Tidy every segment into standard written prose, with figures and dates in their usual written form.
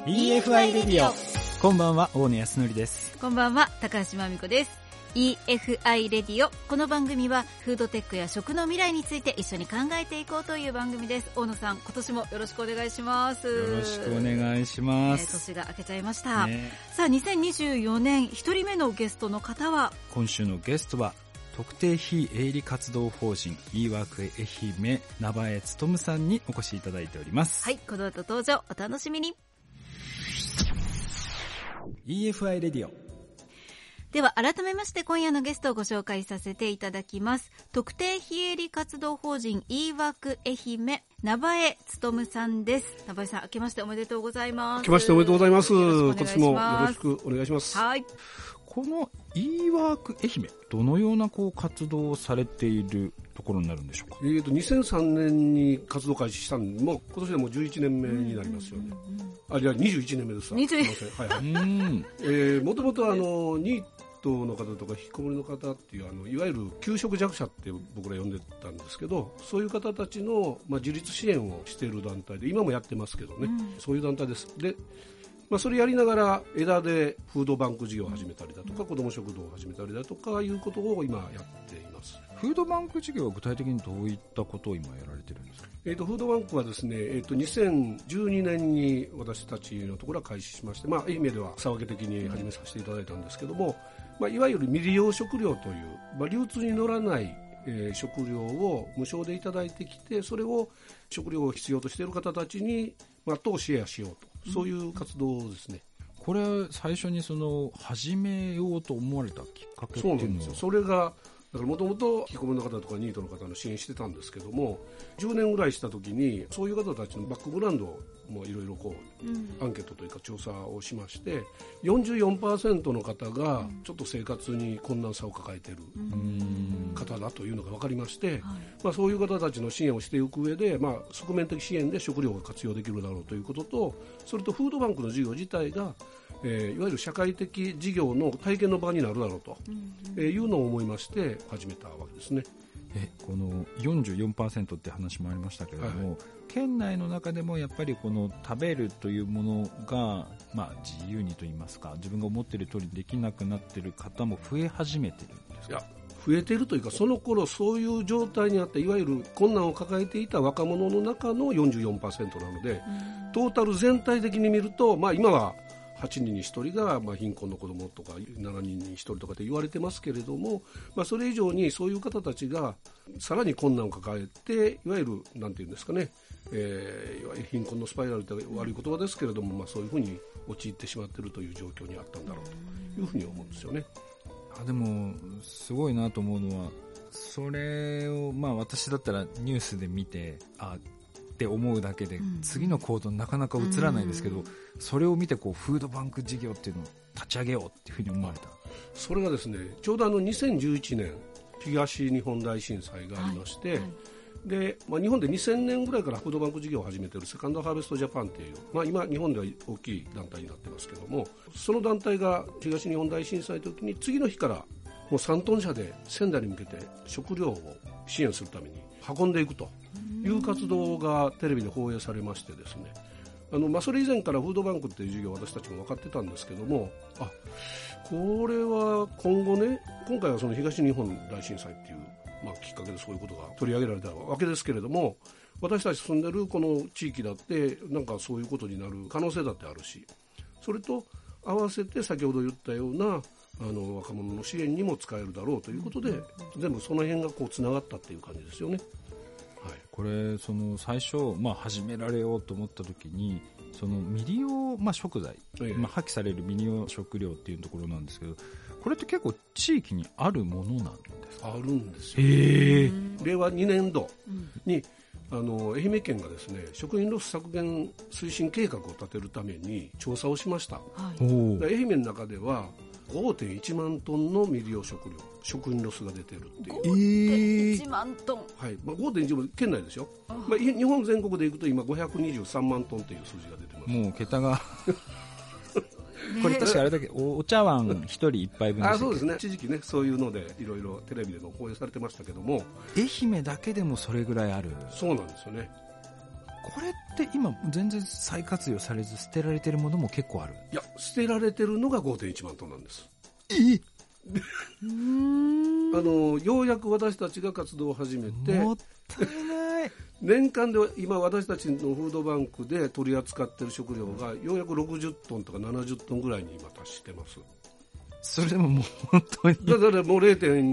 EFI レディオ。こんばんは、大野康則です。 こんばんは、高橋真美子です。 EFI レディオ。この番組はフードテックや食の未来について一緒に考えていこうという番組です。大野さん、今年もよろしくお願いします。 よろしくお願いします。 年が明けちゃいました、さあ2024年1人目のゲストの方は、 今週のゲストは特定非営利活動法人 eWork 愛媛名前勉さんにお越しいただいております。 はい、この後登場お楽しみに。 EFI レディオ。 では改めまして今夜のゲストをご紹介させていただきます。特定非営利活動法人 eWork 愛媛名前勉さんです。名前さん、明けましておめでとうございます。 明けましておめでとうございます。今年もよろしくお願いします。 はい。 この eWork 愛媛、どのような活動をされているところになるんでしょうか。 2003年に活動開始したんで、もう今年でもう11年目になりますよね。あ、いや21年目です。すみません。はいはい。もともとニートの方とか引きこもりの方っていういわゆる求職弱者って僕ら呼んでたんですけど、そういう方たちの自立支援をしている団体で、今もやってますけどね、そういう団体です。で、それやりながら枝でフードバンク事業を始めたりだとか、子ども食堂を始めたりだとかいうことを今やっています。 フードバンク事業は具体的にどういったことを今やられてるんですか。 フードバンクはですね、2012年に私たちのところは開始しまして、愛媛では草分け的に始めさせていただいたんですけども、いわゆる未利用食料という、流通に乗らない食料を無償でいただいてきて、それを食料を必要としている方たちにとシェアしようと、そういう活動ですね。 これ最初に始めようと思われたきっかけっていうのは。そうなんですよ。 それがだからもともと引きこもりの方とかニートの方の支援してたんですけども、10年ぐらいした時にそういう方たちのバックグラウンドもいろいろアンケートというか調査をしまして、44% の方がちょっと生活に困難さを抱えている方だというのが分かりまして、そういう方たちの支援をしていく上で、側面的支援で食料が活用できるだろうということと、それとフードバンクの事業自体がいわゆる社会的事業の体験の場になるだろうというのを思いまして始めたわけですね。 この 44% って話もありましたけれども、県内の中でもやっぱりこの食べるというものが、自由にといいますか、自分が思っている通りできなくなっている方も増え始めているんですか。 いや、増えているというか、その頃そういう状態にあって、いわゆる困難を抱えていた若者の中の 44% なので、トータル全体的に見ると、今は8人に1人が貧困の子どもとか7人に1人とかって言われてますけれども、それ以上にそういう方たちがさらに困難を抱えて、いわゆるなんていうんですかね、いわゆる貧困のスパイラルという悪い言葉ですけれども、そういうふうに陥ってしまっているという状況にあったんだろうというふうに思うんですよね。 でもすごいなと思うのは、それを私だったらニュースで見てって思うだけで、次の行動なかなか移らないですけど、それを見てフードバンク事業っていうのを立ち上げようっていうふうに思われた。 それがですね、ちょうど2011年東日本大震災がありまして、で日本で2000年ぐらいからフードバンク事業を始めているセカンドハーベストジャパンっていう、今日本では大きい団体になってますけども、その団体が東日本大震災の時に次の日からもう3トン車で仙台に向けて食料を支援するために運んでいくという活動がテレビで放映されましてですね、それ以前からフードバンクっていう事業を私たちも分かってたんですけども、これは今後ね、今回はその東日本大震災っていう、きっかけでそういうことが取り上げられたわけですけれども、私たち住んでるこの地域だってなんかそういうことになる可能性だってあるし、それと合わせて先ほど言ったような若者の支援にも使えるだろうということで、全部その辺がつながったっていう感じですよね。 これ最初、始められようと思った時に、未利用、食材、破棄される未利用食料っていうところなんですけど、これって結構地域にあるものなんですか。 あるんですよ。令和2年度に愛媛県がですね、食品ロス削減推進計画を立てるために調査をしました。愛媛の中では5.1 万トンの未利用食料、食品ロスが出てるっていう。5.1 万トン。 はい。5.1 万県内ですよ。日本全国でいくと今523万トンという数字が出てます。 もう桁がこれ確かあれだけお茶碗1人1杯分でしたっけ。 そうですね。一時期ね、そういうのでいろいろテレビでも放映されてましたけども、 愛媛だけでもそれぐらいある。 そうなんですよね。 これって今全然再活用されず捨てられてるものも結構ある。 いや、捨てられてるのが 5.1 万トンなんです。ようやく私たちが活動を始めて、 もったいない年間で今私たちのフードバンクで取り扱っている食料がようやく60トンとか70トンぐらいに今達してます。 それでももう本当にだからもう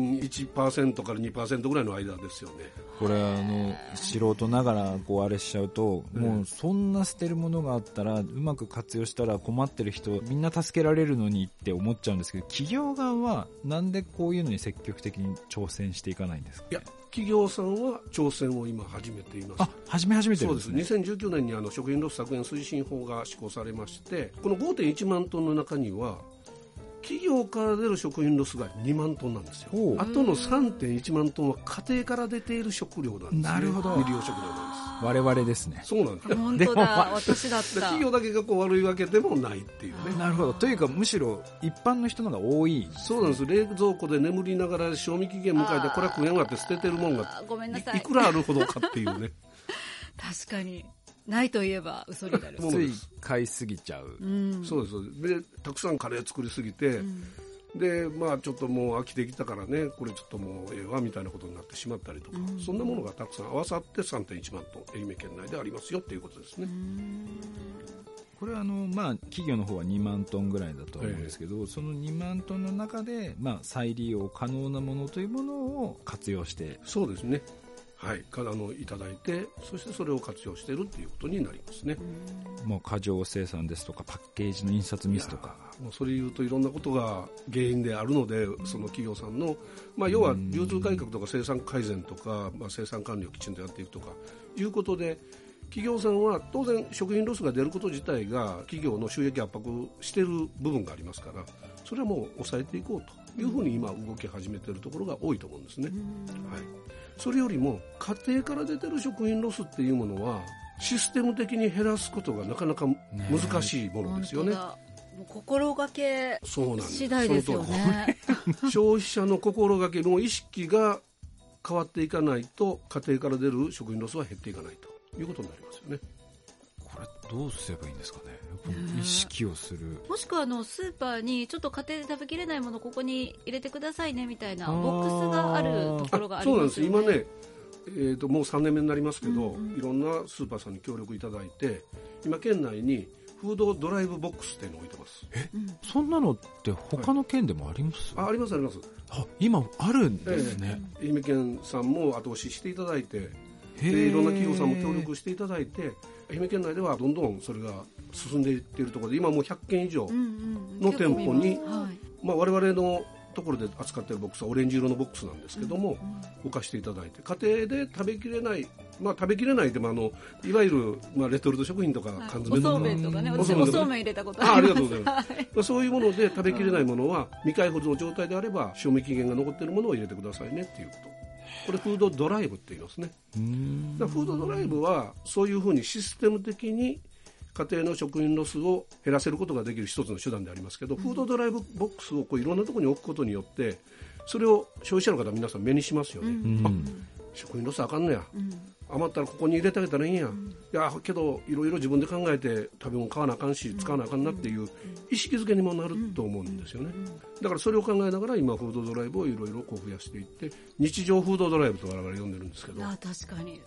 0.1% から 2% ぐらいの間ですよね。 これ素人ながらこうあれしちゃうと、もうそんな捨てるものがあったらうまく活用したら困ってる人みんな助けられるのにって思っちゃうんですけど、企業側はなんでこういうのに積極的に挑戦していかないんですかね。 いや、企業さんは挑戦を今始めています。 始めてるんですね。 そうです。2019年に食品ロス削減推進法が施行されまして、この 5.1 万トンの中には企業から出る食品ロスが2万トンなんですよ。あとの 3.1 万トンは家庭から出ている食料なんですね。 なるほど。 未利用食料なんです。 我々ですね。 そうなんです。 本当だ、私だった。 企業だけが悪いわけでもないっていうね。 なるほど。というかむしろ一般の人のが多い。 そうなんです。冷蔵庫で眠りながら賞味期限迎えてこれは食えんわって捨ててるもんがごめんなさい。 いくらあるほどかっていうね。 確かに。ないと言えば嘘になる。 つい買いすぎちゃう。 そうです。で、たくさんカレー作りすぎて、でまあちょっともう飽きてきたからね、これちょっともうええわみたいなことになってしまったりとか、そんなものがたくさん合わさって 3.1 万トン愛媛県内でありますよっていうことですね。 これは企業の方は2万トンぐらいだと思うんですけど、その2万トンの中で、再利用可能なものというものを活用して。 そうですね。はい、いただいて、そしてそれを活用しているということになりますね。 もう過剰生産ですとかパッケージの印刷ミスとか、 もうそれ言うといろんなことが原因であるので、その企業さんの、要は流通改革とか生産改善とか、生産管理をきちんとやっていくとかいうことで、企業さんは当然食品ロスが出ること自体が企業の収益圧迫している部分がありますから、それはもう抑えていこうというふうに今動き始めているところが多いと思うんですね。はい、それよりも家庭から出てる食品ロスっていうものはシステム的に減らすことがなかなか難しいものですよね。 もう心がけ次第ですよね。 消費者の心がけの意識が変わっていかないと家庭から出る食品ロスは減っていかないということになりますよね。 これどうすればいいんですかね。意識をする、 もしくはスーパーにちょっと家庭で食べきれないものここに入れてくださいねみたいなボックスがあるところがありますよね。 そうなんです。今ね、もう3年目になりますけど、いろんなスーパーさんに協力いただいて、今県内にフードドライブボックスっていうのを置いてます。 そんなのって他の県でもあります？ ありますあります。 今あるんですね。 愛媛県さんも後押ししていただいて、いろんな企業さんも協力していただいて、愛媛県内ではどんどんそれが進んでいっているところで、今もう100件以上の店舗に、我々のところで扱っているボックスはオレンジ色のボックスなんですけども、置かせていただいて、家庭で食べきれない、食べきれないでもいわゆる、レトルト食品とか缶詰のおそうめんとかね、私おそうめん入れたことありがとうございます、そういうもので食べきれないものは未開封の状態であれば賞味期限が残っているものを入れてくださいねっていうこと、これフードドライブって言いますね。だからフードドライブはそういうふうにシステム的に家庭の食品ロスを減らせることができる一つの手段でありますけど、フードドライブボックスをいろんなところに置くことによってそれを消費者の方皆さん目にしますよね。食品ロスあかんのや、余ったらここに入れてあげたらいいんや、いやけどいろいろ自分で考えて食べ物買わなあかんし使わなあかんなっていう意識づけにもなると思うんですよね。だからそれを考えながら今フードドライブをいろいろ増やしていって、日常フードドライブと我々呼んでるんですけど、 確かに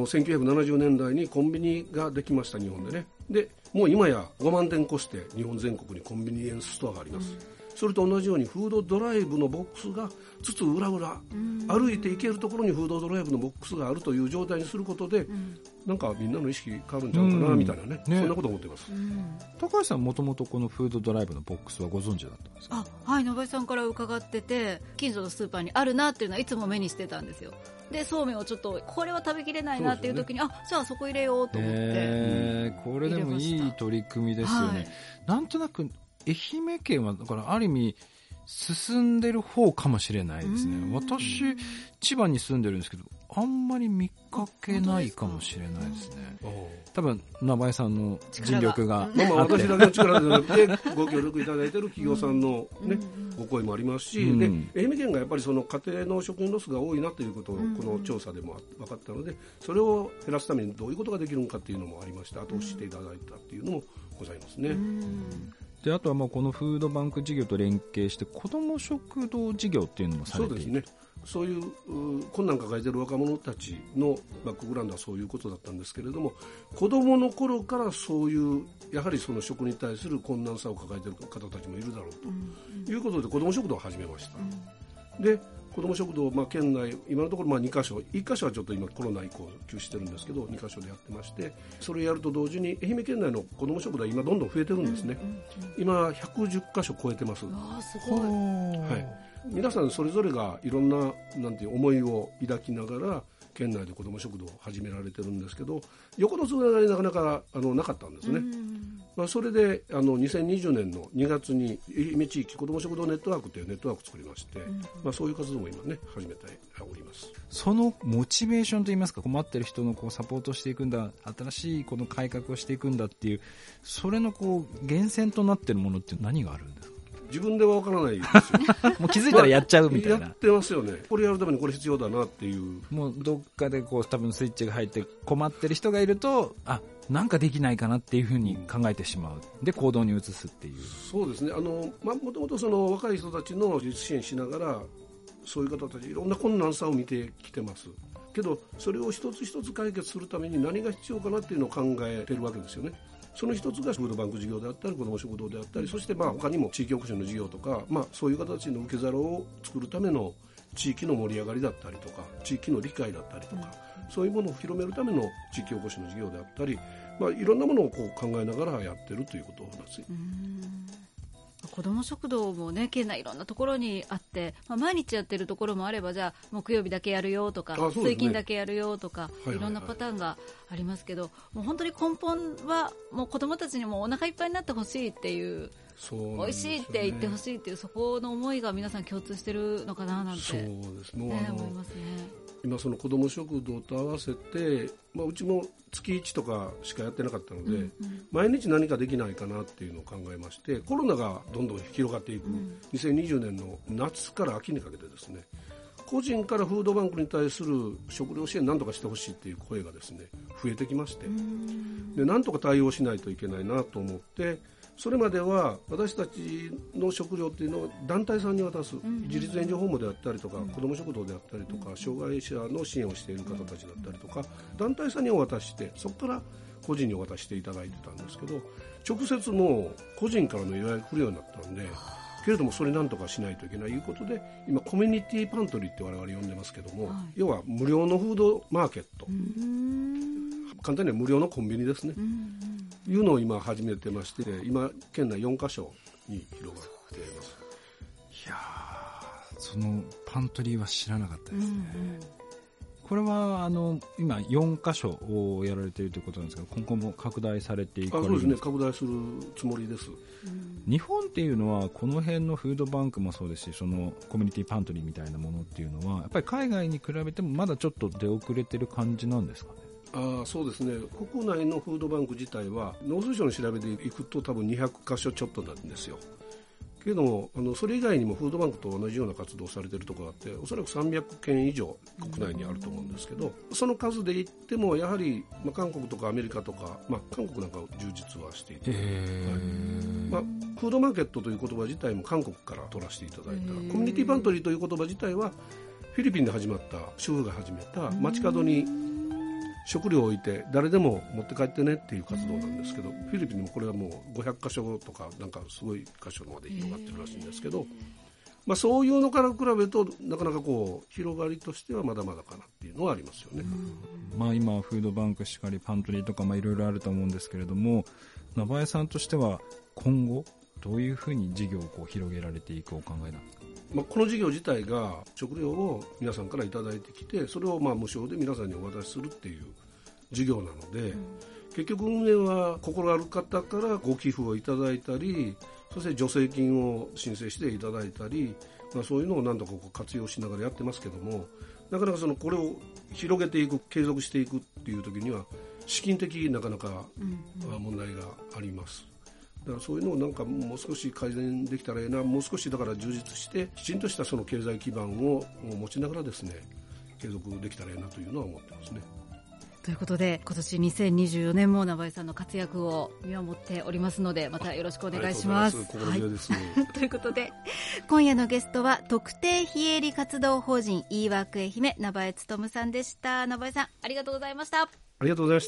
1970年代にコンビニができました日本でね。でもう今や5万店越して日本全国にコンビニエンスストアがあります、それと同じようにフードドライブのボックスがつつ裏裏歩いて行けるところにフードドライブのボックスがあるという状態にすることで、なんかみんなの意識変わるんちゃうかなみたいなね、そんなこと思っています。 高橋さんもともとこのフードドライブのボックスはご存知だったんですか？ はい、野林さんから伺ってて、近所のスーパーにあるなっていうのはいつも目にしてたんですよ。でそうめんをちょっとこれは食べきれないなっていう時に、じゃあそこ入れようと思って、 これでもいい取り組みですよね。なんとなく愛媛県はだからある意味進んでる方かもしれないですね。私、千葉に住んでるんですけど、あんまり見かけないかもしれないですね。多分、名前さんの尽力が。 私だけの力ではなくて、ご協力いただいている企業さんのね、ご声もありますし、で、愛媛県がやっぱりその家庭の食品ロスが多いなということを、この調査でも分かったので、それを減らすためにどういうことができるのかっていうのもありまして、後押ししていただいたっていうのもございますね。 で、あとはこのフードバンク事業と連携して子ども食堂事業っていうのもされている。 そうですね。そういう困難を抱えている若者たちのバックグラウンドはそういうことだったんですけれども、子どもの頃からそういうやはりその食に対する困難さを抱えている方たちもいるだろうということで、子ども食堂を始めました。で、子ども食堂、県内今のところ2カ所、1カ所はちょっと今コロナ以降休止してるんですけど、2カ所でやってまして、それをやると同時に愛媛県内の子ども食堂は今どんどん増えてるんですね。今110カ所超えてます。 すごい。 はい。皆さんそれぞれがいろんな、なんていう思いを抱きながら県内で子ども食堂を始められてるんですけど、横のつながりなかなかなかったんですね。それで2020年の2月に愛媛地域子ども食堂ネットワークというネットワークを作りまして、そういう活動も今ね始めております。 そのモチベーションといいますか、困ってる人のサポートしていくんだ、新しいこの改革をしていくんだっていう、それの源泉となっているものって何があるんですか？ 自分では分からないですよもう気づいたらやっちゃうみたいな、 やってますよね。これやるためにこれ必要だなっていう、 もうどっかで多分スイッチが入って困ってる人がいると、なんかできないかなっていうふうに考えてしまう、で行動に移すっていう。 そうですね。もともとその若い人たちの自立支援しながら、そういう方たちいろんな困難さを見てきてますけど、それを一つ一つ解決するために何が必要かなっていうのを考えてるわけですよね。その一つがフードバンク事業であったり子ども食堂であったり、そして他にも地域おこしの事業とか、そういう形の受け皿を作るための地域の盛り上がりだったりとか、地域の理解だったりとか、そういうものを広めるための地域おこしの事業であったり、いろんなものを考えながらやってるということです。 子ども食堂もね、県内いろんなところにあって、毎日やってるところもあれば、じゃあ木曜日だけやるよとか、水金だけやるよとか、いろんなパターンがありますけど、もう本当に根本はもう子どもたちにもお腹いっぱいになってほしいっていう、美味しいって言ってほしいっていう、そこの思いが皆さん共通してるのかななんて、 そうですね、 思いますね。 今その子ども食堂と合わせて、うちも月1とかしかやってなかったので、毎日何かできないかなっていうのを考えまして、コロナがどんどん広がっていく、2020年の夏から秋にかけてですね、個人からフードバンクに対する食料支援何とかしてほしいっていう声がですね増えてきまして、で何とか対応しないといけないなと思って、それまでは私たちの食料っていうのを団体さんに渡す、自立援助ホームであったりとか、子ども食堂であったりとか、障害者の支援をしている方たちだったりとか、団体さんにお渡しして、そこから個人にお渡ししていただいてたんですけど、直接もう個人からの予約来るようになったんで、けれどもそれなんとかしないといけないということで、今コミュニティパントリーって我々呼んでますけども、要は無料のフードマーケット、簡単には無料のコンビニですね、いうのを今始めてまして、今県内4カ所に広がっています。 いやー、そのパントリーは知らなかったですね。これは今4カ所をやられているということなんですが、今後も拡大されていくわけですか？ そうですね、拡大するつもりです。 日本っていうのはこの辺のフードバンクもそうですし、そのコミュニティパントリーみたいなものっていうのはやっぱり海外に比べてもまだちょっと出遅れてる感じなんですかね？ そうですね、国内のフードバンク自体は農水省の調べでいくと多分200カ所ちょっとなんですよ。けれどもそれ以外にもフードバンクと同じような活動をされているところがあって、おそらく300件以上国内にあると思うんですけど、その数で言ってもやはり、韓国とかアメリカとか、韓国なんか充実はしていて、フードマーケットという言葉自体も韓国から取らせていただいた、コミュニティパントリーという言葉自体はフィリピンで始まった主婦が始めた街角に食料を置いて誰でも持って帰ってねっていう活動なんですけど、フィリピンにもこれはもう500カ所とかなんかすごい箇所まで広がってるらしいんですけど、そういうのから比べるとなかなか広がりとしてはまだまだかなっていうのはありますよね。 今フードバンクしかりパントリーとかいろいろあると思うんですけれども、名前さんとしては今後どういうふうに事業を広げられていくお考えなんですか？ この事業自体が食料を皆さんからいただいてきて、それを無償で皆さんにお渡しするっていう事業なので、結局運営は心ある方からご寄付をいただいたり、 そして助成金を申請していただいたり、そういうのを何度か活用しながらやってますけども、なかなかこれを広げていく、継続していくっていう時には資金的になかなか問題があります。だからそういうのをなんかもう少し改善できたらいいな、もう少しだから充実してきちんとしたその経済基盤を持ちながらですね、継続できたらいいなというのは思ってますね。 ということで、今年2024年も名張さんの活躍を見守っておりますので、またよろしくお願いします。 心強いです、 ということで、今夜のゲストは特定非営利活動法人 e-work 愛媛、名張勉さんでした。名張さん、ありがとうございました。 ありがとうございました。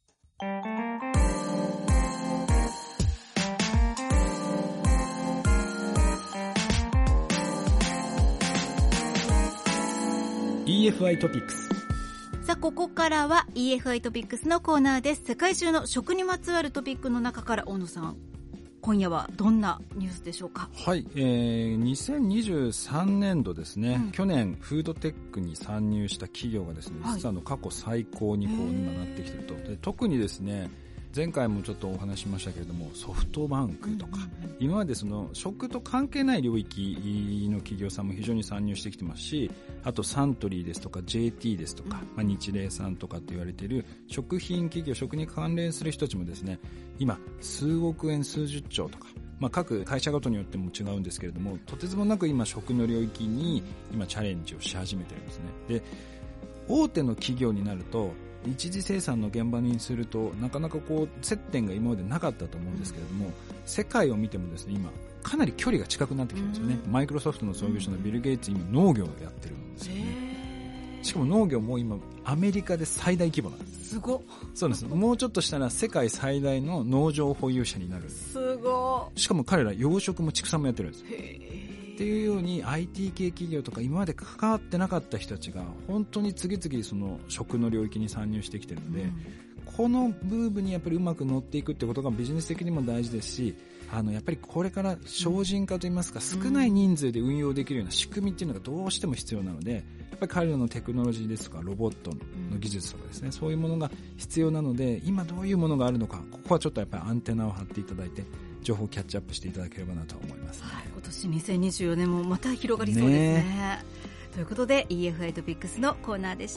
EFI トピックス。 さあ、ここからは EFI トピックスのコーナーです。世界中の食にまつわるトピックの中から大野さん、今夜はどんなニュースでしょうか。 はい、2023年度ですね、去年フードテックに参入した企業がですね、実は過去最高に今なってきていると。で、特にですね、前回もちょっとお話しましたけれども、ソフトバンクとか、今まで食と関係ない領域の企業さんも非常に参入してきてますし、あとサントリーですとか JT ですとか、日霊さんとかと言われている食品企業、食に関連する人たちもですね、今数億円数十兆とか、各会社ごとによっても違うんですけれども、とてつもなく今食の領域に今チャレンジをし始めてるんですね。で、大手の企業になると一次生産の現場にするとなかなか接点が今までなかったと思うんですけれども、世界を見てもですね、今かなり距離が近くなってきてるんですよね。マイクロソフトの創業者のビル・ゲイツ、今農業をやってるんですよね。しかも農業も今アメリカで最大規模なんです。 すご。 そうです。もうちょっとしたら世界最大の農場保有者になる。 すご。 しかも彼ら養殖も畜産もやってるんです。っていうように IT 系企業とか今まで関わってなかった人たちが本当に次々その食の領域に参入してきてるので、この部分にやっぱりうまく乗っていくってことがビジネス的にも大事ですし、やっぱりこれから精進化といいますか、少ない人数で運用できるような仕組みっていうのがどうしても必要なので、やっぱり彼らのテクノロジーですとかロボットの技術とかですね、そういうものが必要なので、今どういうものがあるのか、ここはちょっとやっぱりアンテナを張っていただいて情報をキャッチアップしていただければなと思います、ね。はい、 今年2024年もまた広がりそうですね。ということで EFI トピックスのコーナーでした。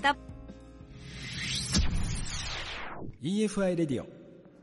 EFI レディオ。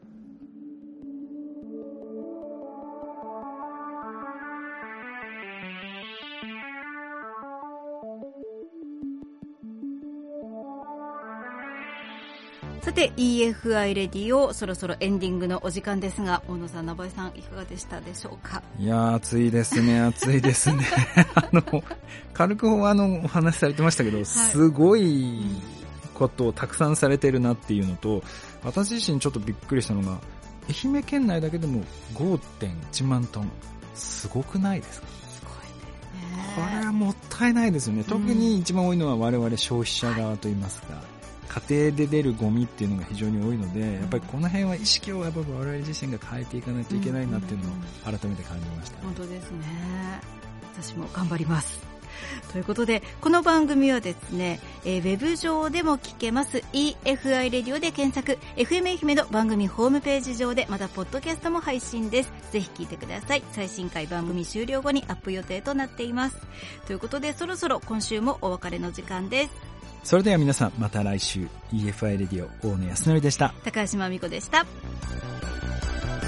さて EFI レディオ、そろそろエンディングのお時間ですが、大野さん、名張さん、いかがでしたでしょうか。 いや、暑いですね、暑いですね。軽くお話しされてましたけど、すごいことをたくさんされてるなっていうのと、私自身ちょっとびっくりしたのが、愛媛県内だけでも 5.1 万トン、すごくないですか。 すごいね。 これはもったいないですよね。特に一番多いのは我々消費者側といいますか、家庭で出るゴミっていうのが非常に多いので、やっぱりこの辺は意識をやっぱり我々自身が変えていかないといけないなっていうのを改めて感じました。 本当ですね。私も頑張ります。ということで、この番組はですね、ウェブ上でも聞けます EFI レディオで検索、 FM 愛媛の番組ホームページ上で、またポッドキャストも配信です。ぜひ聞いてください。最新回番組終了後にアップ予定となっています。ということで、そろそろ今週もお別れの時間です。 それでは皆さん、また来週。 EFI レディオ、大野康則でした。 高橋真美子でした。